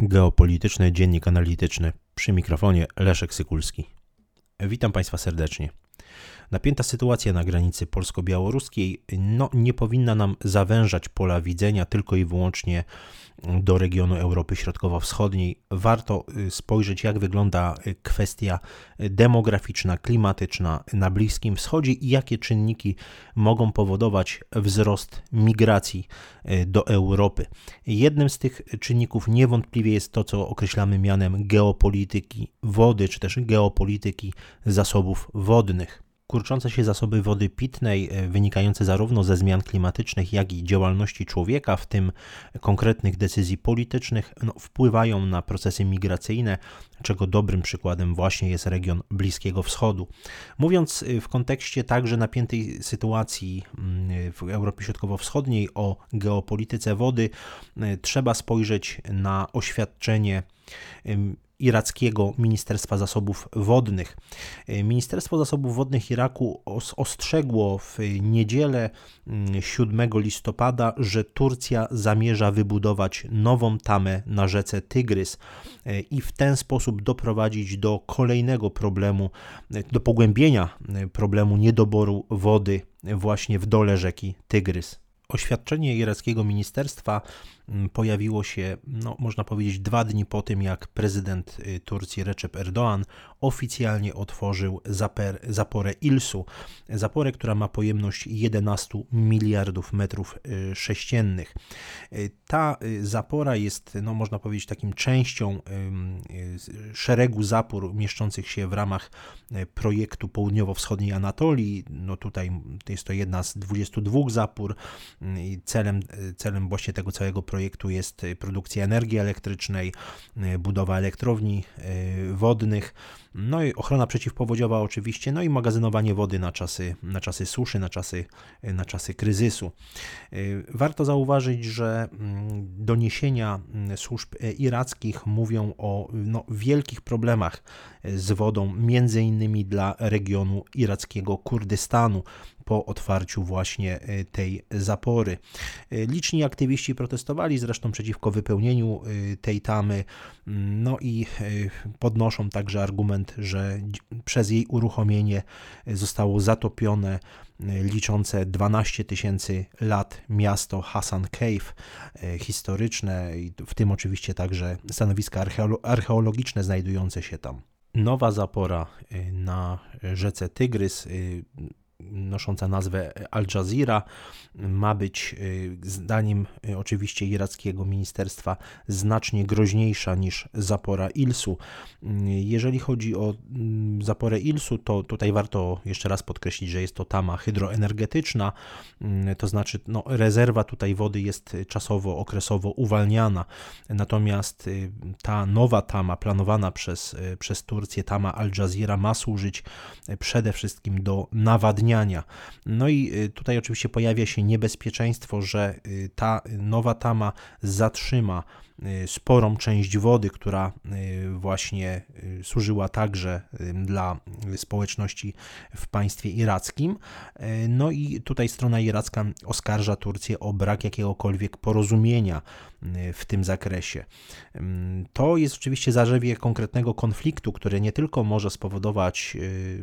Geopolityczny Dziennik Analityczny. Przy mikrofonie Leszek Sykulski. Witam Państwa serdecznie. Napięta sytuacja na granicy polsko-białoruskiej nie powinna nam zawężać pola widzenia tylko i wyłącznie do regionu Europy Środkowo-Wschodniej. Warto spojrzeć, jak wygląda kwestia demograficzna, klimatyczna na Bliskim Wschodzie i jakie czynniki mogą powodować wzrost migracji do Europy. Jednym z tych czynników niewątpliwie jest to, co określamy mianem geopolityki wody, czy też geopolityki zasobów wodnych. Kurczące się zasoby wody pitnej, wynikające zarówno ze zmian klimatycznych, jak i działalności człowieka, w tym konkretnych decyzji politycznych, wpływają na procesy migracyjne, czego dobrym przykładem właśnie jest region Bliskiego Wschodu. Mówiąc w kontekście także napiętej sytuacji w Europie Środkowo-Wschodniej o geopolityce wody, trzeba spojrzeć na oświadczenie irackiego Ministerstwa Zasobów Wodnych. Ministerstwo Zasobów Wodnych Iraku ostrzegło w niedzielę 7 listopada, że Turcja zamierza wybudować nową tamę na rzece Tygrys i w ten sposób doprowadzić do kolejnego problemu, do pogłębienia problemu niedoboru wody właśnie w dole rzeki Tygrys. Oświadczenie irackiego ministerstwa pojawiło się, można powiedzieć, 2 dni po tym, jak prezydent Turcji Recep Erdoğan oficjalnie otworzył zaporę Ilsu. Zaporę, która ma pojemność 11 miliardów metrów sześciennych. Ta zapora jest, można powiedzieć, takim częścią szeregu zapór mieszczących się w ramach projektu południowo-wschodniej Anatolii. Tutaj jest to jedna z 22 zapór i celem właśnie tego całego projektu jest produkcja energii elektrycznej, budowa elektrowni wodnych, i ochrona przeciwpowodziowa oczywiście, i magazynowanie wody na czasy suszy, na czasy kryzysu. Warto zauważyć, że doniesienia służb irackich mówią o wielkich problemach z wodą, między innymi dla regionu irackiego Kurdystanu, po otwarciu właśnie tej zapory. Liczni aktywiści protestowali zresztą przeciwko wypełnieniu tej tamy, i podnoszą także argument, że przez jej uruchomienie zostało zatopione liczące 12 000 lat miasto Hasan Cave historyczne, w tym oczywiście także stanowiska archeologiczne znajdujące się tam. Nowa zapora na rzece Tygrys, nosząca nazwę Al Jazeera, ma być zdaniem oczywiście irackiego ministerstwa znacznie groźniejsza niż zapora Ilsu. Jeżeli chodzi o zaporę Ilsu, to tutaj warto jeszcze raz podkreślić, że jest to tama hydroenergetyczna, to znaczy rezerwa tutaj wody jest czasowo, okresowo uwalniana, natomiast ta nowa tama planowana przez Turcję, tama Al Jazeera, ma służyć przede wszystkim do nawadniania. I tutaj oczywiście pojawia się niebezpieczeństwo, że ta nowa tama zatrzyma sporą część wody, która właśnie służyła także dla społeczności w państwie irackim. I tutaj strona iracka oskarża Turcję o brak jakiegokolwiek porozumienia w tym zakresie. To jest oczywiście zarzewie konkretnego konfliktu, który nie tylko może spowodować,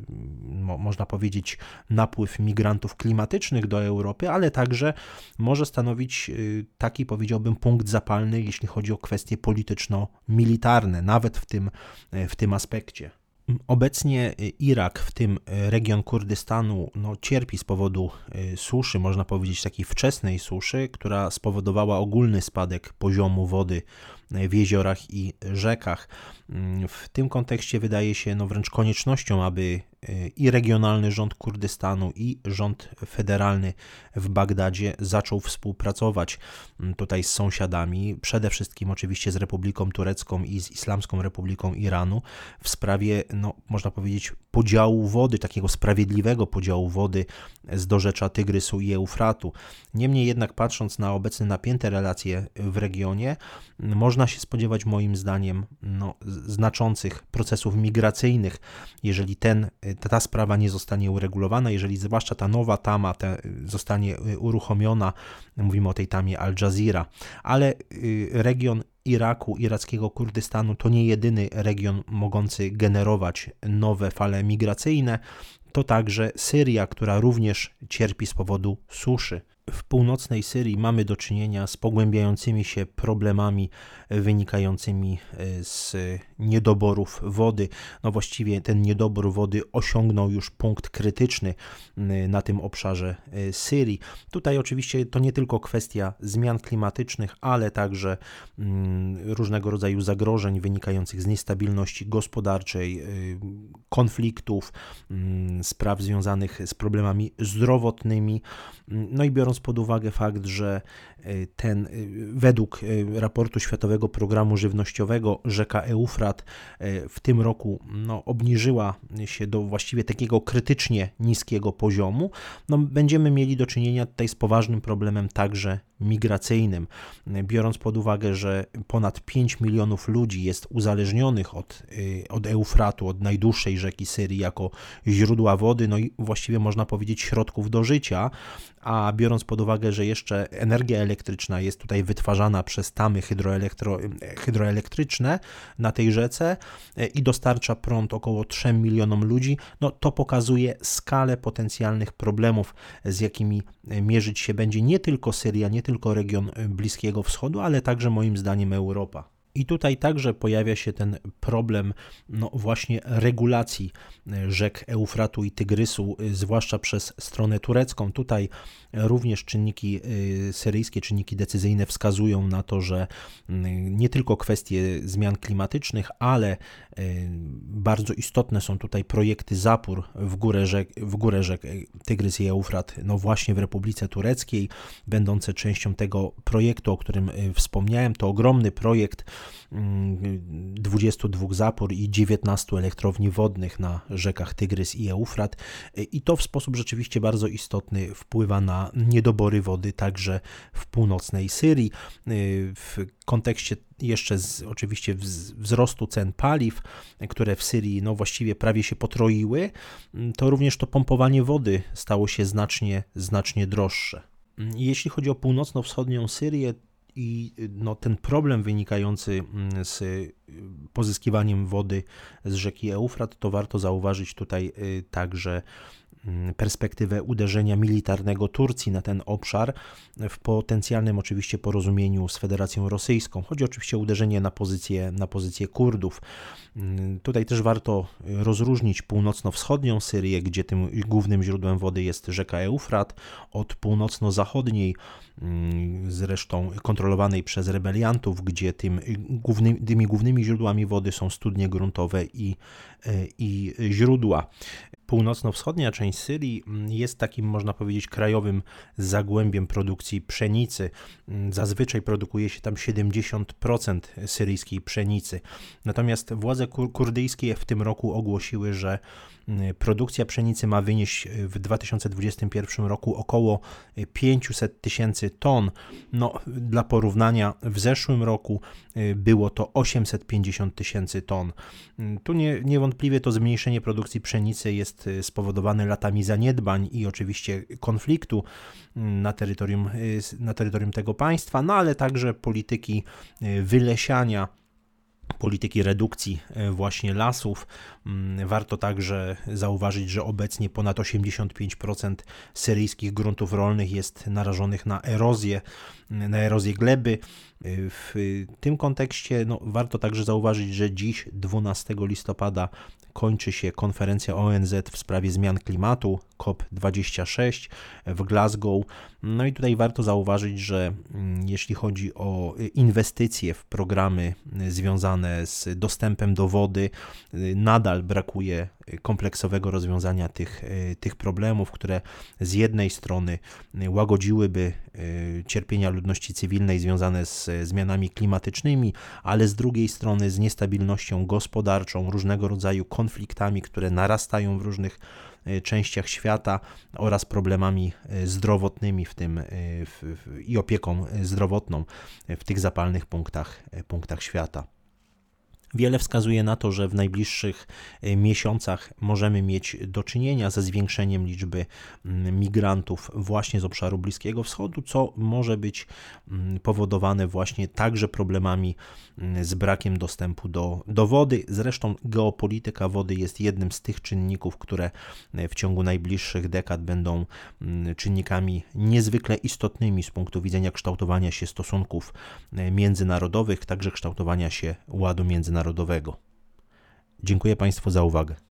można powiedzieć, napływ migrantów klimatycznych do Europy, ale także może stanowić taki, powiedziałbym, punkt zapalny, jeśli chodzi o kwestie polityczno-militarne, nawet w tym aspekcie. Obecnie Irak, w tym region Kurdystanu, cierpi z powodu suszy, można powiedzieć takiej wczesnej suszy, która spowodowała ogólny spadek poziomu wody w jeziorach i rzekach. W tym kontekście wydaje się wręcz koniecznością, aby i regionalny rząd Kurdystanu, i rząd federalny w Bagdadzie zaczął współpracować tutaj z sąsiadami, przede wszystkim oczywiście z Republiką Turecką i z Islamską Republiką Iranu, w sprawie, można powiedzieć, podziału wody, takiego sprawiedliwego podziału wody z dorzecza Tygrysu i Eufratu. Niemniej jednak, patrząc na obecne napięte relacje w regionie, można się spodziewać, moim zdaniem, znaczących procesów migracyjnych, jeżeli ten ta sprawa nie zostanie uregulowana, jeżeli zwłaszcza ta nowa tama zostanie uruchomiona, mówimy o tej tamie Al Jazeera, ale region Iraku, irackiego Kurdystanu to nie jedyny region mogący generować nowe fale migracyjne, to także Syria, która również cierpi z powodu suszy. W północnej Syrii mamy do czynienia z pogłębiającymi się problemami wynikającymi z niedoborów wody. No właściwie ten niedobór wody osiągnął już punkt krytyczny na tym obszarze Syrii. Tutaj oczywiście to nie tylko kwestia zmian klimatycznych, ale także różnego rodzaju zagrożeń wynikających z niestabilności gospodarczej, konfliktów, spraw związanych z problemami zdrowotnymi. No i biorąc pod uwagę fakt, że według raportu Światowego Programu Żywnościowego rzeka Eufrat w tym roku obniżyła się do właściwie takiego krytycznie niskiego poziomu, będziemy mieli do czynienia tutaj z poważnym problemem także migracyjnym. Biorąc pod uwagę, że ponad 5 milionów ludzi jest uzależnionych od Eufratu, od najdłuższej rzeki Syrii jako źródła wody, no i właściwie można powiedzieć środków do życia, a biorąc pod uwagę, że jeszcze energia elektryczna jest tutaj wytwarzana przez tamy hydroelektryczne na tej rzece i dostarcza prąd około 3 milionom ludzi, to pokazuje skalę potencjalnych problemów, z jakimi mierzyć się będzie nie tylko Syria, nie tylko region Bliskiego Wschodu, ale także moim zdaniem Europa. I tutaj także pojawia się ten problem właśnie regulacji rzek Eufratu i Tygrysu, zwłaszcza przez stronę turecką. Tutaj również czynniki syryjskie, czynniki decyzyjne wskazują na to, że nie tylko kwestie zmian klimatycznych, ale bardzo istotne są tutaj projekty zapór w górę rzek Tygrys i Eufrat, właśnie w Republice Tureckiej, będące częścią tego projektu, o którym wspomniałem. To ogromny projekt 22 zapór i 19 elektrowni wodnych na rzekach Tygrys i Eufrat i to w sposób rzeczywiście bardzo istotny wpływa na niedobory wody także w północnej Syrii. W kontekście jeszcze oczywiście wzrostu cen paliw, które w Syrii właściwie prawie się potroiły, to również to pompowanie wody stało się znacznie droższe. Jeśli chodzi o północno-wschodnią Syrię, i ten problem wynikający z pozyskiwaniem wody z rzeki Eufrat, to warto zauważyć tutaj także perspektywę uderzenia militarnego Turcji na ten obszar w potencjalnym oczywiście porozumieniu z Federacją Rosyjską. Chodzi oczywiście o uderzenie na pozycję Kurdów. Tutaj też warto rozróżnić północno-wschodnią Syrię, gdzie tym głównym źródłem wody jest rzeka Eufrat, od północno-zachodniej, zresztą kontrolowanej przez rebeliantów, gdzie tymi głównymi źródłami wody są studnie gruntowe i źródła. Północno-wschodnia część Syrii jest takim, można powiedzieć, krajowym zagłębiem produkcji pszenicy. Zazwyczaj produkuje się tam 70% syryjskiej pszenicy. Natomiast władze kurdyjskie w tym roku ogłosiły, że produkcja pszenicy ma wynieść w 2021 roku około 500 tysięcy ton. Dla porównania w zeszłym roku było to 850 tysięcy ton. Tu niewątpliwie to zmniejszenie produkcji pszenicy jest spowodowane latami zaniedbań i oczywiście konfliktu na terytorium tego państwa, ale także polityki wylesiania, polityki redukcji właśnie lasów. Warto także zauważyć, że obecnie ponad 85% syryjskich gruntów rolnych jest narażonych na erozję gleby. W tym kontekście warto także zauważyć, że dziś 12 listopada kończy się konferencja ONZ w sprawie zmian klimatu COP26 w Glasgow. I tutaj warto zauważyć, że jeśli chodzi o inwestycje w programy związane z dostępem do wody, nadal brakuje kompleksowego rozwiązania tych problemów, które z jednej strony łagodziłyby cierpienia ludności cywilnej związane z zmianami klimatycznymi, ale z drugiej strony z niestabilnością gospodarczą, różnego rodzaju konfliktami, które narastają w różnych częściach świata oraz problemami zdrowotnymi i opieką zdrowotną w tych zapalnych punktach świata. Wiele wskazuje na to, że w najbliższych miesiącach możemy mieć do czynienia ze zwiększeniem liczby migrantów właśnie z obszaru Bliskiego Wschodu, co może być powodowane właśnie także problemami z brakiem dostępu do wody. Zresztą geopolityka wody jest jednym z tych czynników, które w ciągu najbliższych dekad będą czynnikami niezwykle istotnymi z punktu widzenia kształtowania się stosunków międzynarodowych, także kształtowania się ładu międzynarodowego. Dziękuję Państwu za uwagę.